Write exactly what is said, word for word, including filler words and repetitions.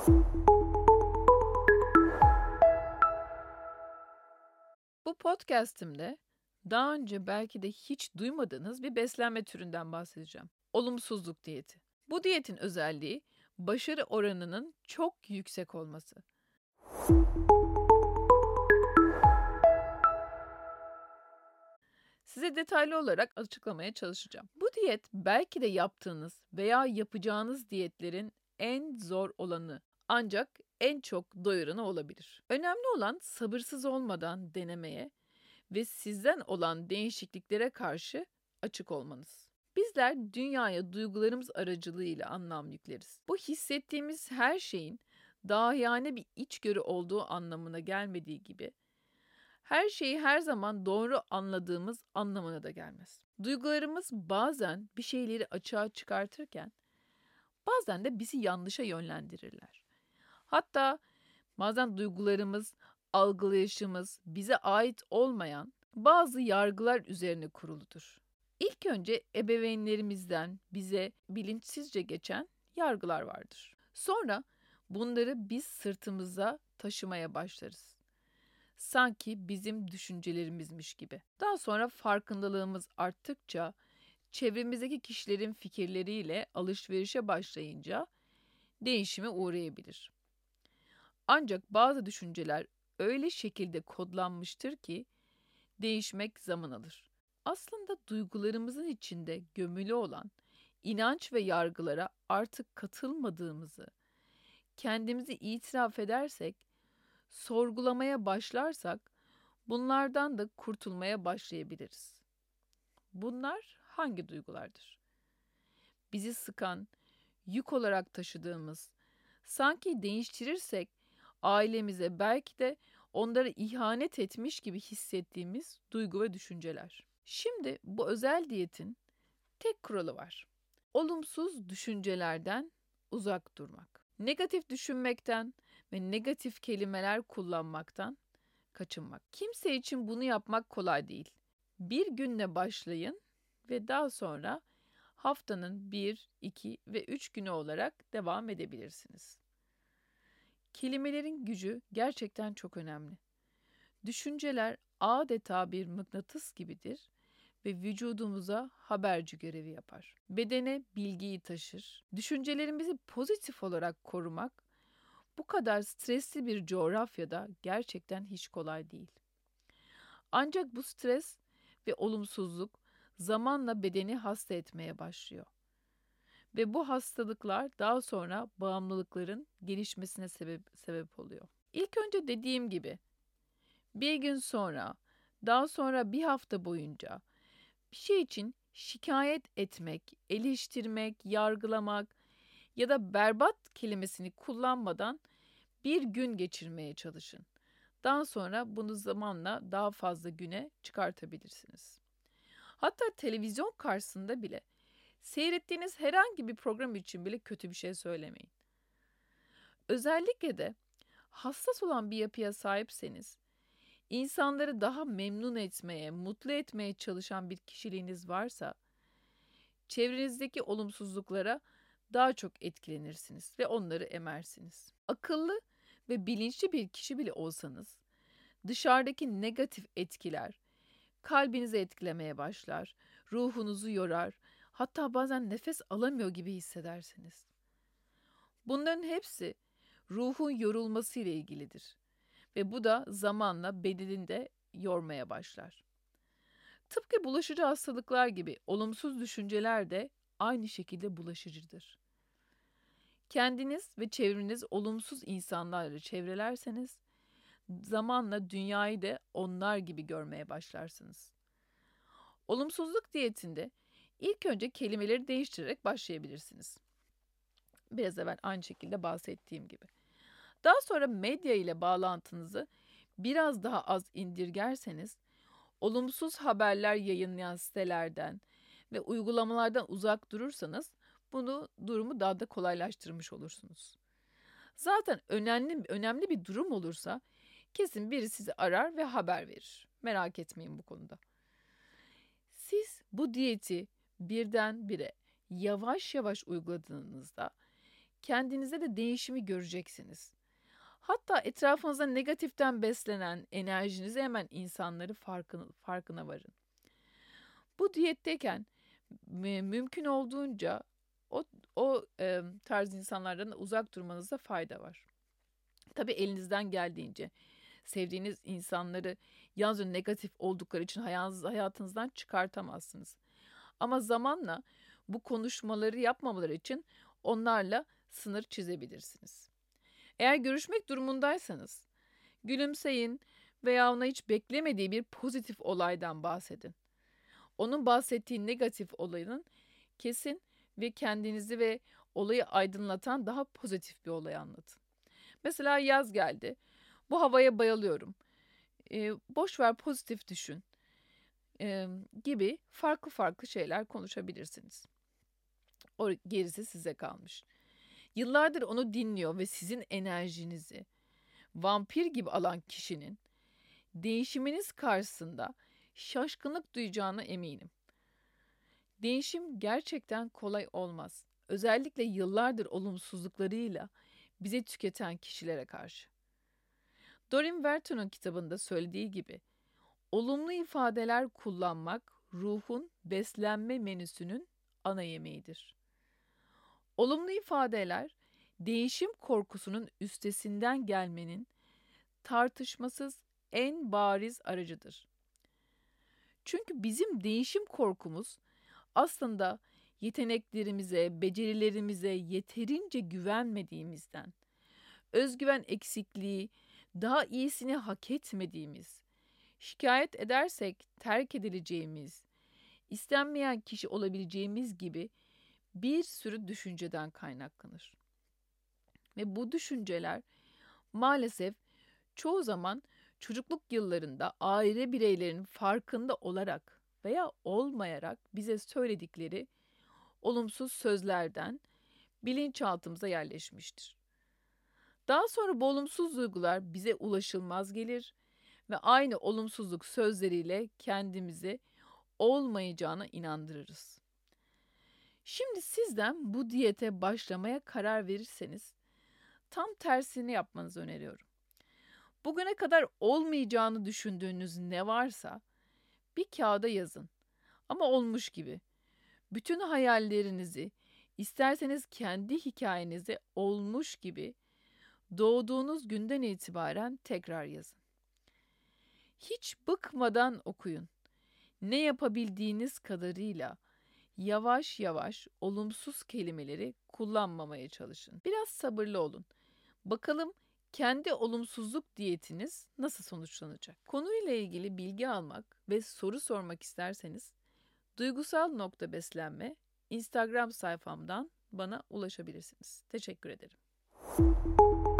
Bu podcast'imde daha önce belki de hiç duymadığınız bir beslenme türünden bahsedeceğim. Olumsuzluk diyeti. Bu diyetin özelliği başarı oranının çok yüksek olması. Size detaylı olarak açıklamaya çalışacağım. Bu diyet belki de yaptığınız veya yapacağınız diyetlerin en zor olanı, ancak en çok doyuranı olabilir. Önemli olan sabırsız olmadan denemeye ve sizden olan değişikliklere karşı açık olmanız. Bizler dünyaya duygularımız aracılığıyla anlam yükleriz. Bu hissettiğimiz her şeyin dahiyane bir içgörü olduğu anlamına gelmediği gibi, her şeyi her zaman doğru anladığımız anlamına da gelmez. Duygularımız bazen bir şeyleri açığa çıkartırken, bazen de bizi yanlışa yönlendirirler. Hatta bazen duygularımız, algılayışımız bize ait olmayan bazı yargılar üzerine kuruludur. İlk önce ebeveynlerimizden bize bilinçsizce geçen yargılar vardır. Sonra bunları biz sırtımıza taşımaya başlarız. Sanki bizim düşüncelerimizmiş gibi. Daha sonra farkındalığımız arttıkça, çevremizdeki kişilerin fikirleriyle alışverişe başlayınca değişime uğrayabilir. Ancak bazı düşünceler öyle şekilde kodlanmıştır ki değişmek zaman alır. Aslında duygularımızın içinde gömülü olan inanç ve yargılara artık katılmadığımızı, kendimizi itiraf edersek, sorgulamaya başlarsak bunlardan da kurtulmaya başlayabiliriz. Bunlar hangi duygulardır? Bizi sıkan, yük olarak taşıdığımız, sanki değiştirirsek ailemize belki de onlara ihanet etmiş gibi hissettiğimiz duygu ve düşünceler. Şimdi bu özel diyetin tek kuralı var. Olumsuz düşüncelerden uzak durmak. Negatif düşünmekten ve negatif kelimeler kullanmaktan kaçınmak. Kimse için bunu yapmak kolay değil. Bir günle başlayın ve daha sonra haftanın bir, iki ve üç günü olarak devam edebilirsiniz. Kelimelerin gücü gerçekten çok önemli. Düşünceler adeta bir mıknatıs gibidir ve vücudumuza haberci görevi yapar. Bedene bilgiyi taşır. Düşüncelerimizi pozitif olarak korumak bu kadar stresli bir coğrafyada gerçekten hiç kolay değil. Ancak bu stres ve olumsuzluk zamanla bedeni hasta etmeye başlıyor. Ve bu hastalıklar daha sonra bağımlılıkların gelişmesine sebep, sebep oluyor. İlk önce dediğim gibi bir gün sonra, daha sonra bir hafta boyunca bir şey için şikayet etmek, eleştirmek, yargılamak ya da berbat kelimesini kullanmadan bir gün geçirmeye çalışın. Daha sonra bunu zamanla daha fazla güne çıkartabilirsiniz. Hatta televizyon karşısında bile seyrettiğiniz herhangi bir program için bile kötü bir şey söylemeyin. Özellikle de hassas olan bir yapıya sahipseniz, insanları daha memnun etmeye, mutlu etmeye çalışan bir kişiliğiniz varsa, çevrenizdeki olumsuzluklara daha çok etkilenirsiniz ve onları emersiniz. Akıllı ve bilinçli bir kişi bile olsanız, dışarıdaki negatif etkiler kalbinizi etkilemeye başlar, ruhunuzu yorar, hatta bazen nefes alamıyor gibi hissedersiniz. Bunların hepsi ruhun yorulması ile ilgilidir ve bu da zamanla bedenini de yormaya başlar. Tıpkı bulaşıcı hastalıklar gibi olumsuz düşünceler de aynı şekilde bulaşıcıdır. Kendiniz ve çevreniz olumsuz insanlarla çevrelerseniz, zamanla dünyayı da onlar gibi görmeye başlarsınız. Olumsuzluk diyetinde ilk önce kelimeleri değiştirerek başlayabilirsiniz. Biraz evvel aynı şekilde bahsettiğim gibi. Daha sonra medya ile bağlantınızı biraz daha az indirgerseniz, olumsuz haberler yayınlayan sitelerden ve uygulamalardan uzak durursanız, bunu durumu daha da kolaylaştırmış olursunuz. Zaten önemli önemli bir durum olursa kesin biri sizi arar ve haber verir. Merak etmeyin bu konuda. Siz bu diyeti birdenbire yavaş yavaş uyguladığınızda kendinizde de değişimi göreceksiniz. Hatta etrafınızda negatiften beslenen enerjinizi hemen insanları farkına, farkına varın. Bu diyetteyken mü- mümkün olduğunca o, o e, tarz insanlardan uzak durmanızda fayda var. Tabii elinizden geldiğince sevdiğiniz insanları yalnızca negatif oldukları için hayatınız, hayatınızdan çıkartamazsınız. Ama zamanla bu konuşmaları yapmamaları için onlarla sınır çizebilirsiniz. Eğer görüşmek durumundaysanız gülümseyin veya ona hiç beklemediği bir pozitif olaydan bahsedin. Onun bahsettiği negatif olayın kesin ve kendinizi ve olayı aydınlatan daha pozitif bir olay anlatın. Mesela yaz geldi. Bu havaya bayılıyorum. Ee, boş ver, pozitif düşün. Ee, gibi farklı farklı şeyler konuşabilirsiniz. O gerisi size kalmış. Yıllardır onu dinliyor ve sizin enerjinizi vampir gibi alan kişinin değişiminiz karşısında şaşkınlık duyacağına eminim. Değişim gerçekten kolay olmaz. Özellikle yıllardır olumsuzluklarıyla bizi tüketen kişilere karşı. Doreen Virtue'nun kitabında söylediği gibi, olumlu ifadeler kullanmak ruhun beslenme menüsünün ana yemeğidir. Olumlu ifadeler, değişim korkusunun üstesinden gelmenin tartışmasız en bariz aracıdır. Çünkü bizim değişim korkumuz aslında yeteneklerimize, becerilerimize yeterince güvenmediğimizden, özgüven eksikliği, daha iyisini hak etmediğimiz, şikayet edersek terk edileceğimiz, istenmeyen kişi olabileceğimiz gibi bir sürü düşünceden kaynaklanır. Ve bu düşünceler maalesef çoğu zaman çocukluk yıllarında aile bireylerinin farkında olarak veya olmayarak bize söyledikleri olumsuz sözlerden bilinçaltımıza yerleşmiştir. Daha sonra bu olumsuz duygular bize ulaşılmaz gelir ve aynı olumsuzluk sözleriyle kendimizi olmayacağına inandırırız. Şimdi sizden bu diyete başlamaya karar verirseniz tam tersini yapmanızı öneriyorum. Bugüne kadar olmayacağını düşündüğünüz ne varsa bir kağıda yazın. Ama olmuş gibi. Bütün hayallerinizi, isterseniz kendi hikayenizi olmuş gibi doğduğunuz günden itibaren tekrar yazın. Hiç bıkmadan okuyun. Ne yapabildiğiniz kadarıyla yavaş yavaş olumsuz kelimeleri kullanmamaya çalışın. Biraz sabırlı olun. Bakalım kendi olumsuzluk diyetiniz nasıl sonuçlanacak? Konuyla ilgili bilgi almak ve soru sormak isterseniz duygusal nokta beslenme Instagram sayfamdan bana ulaşabilirsiniz. Teşekkür ederim.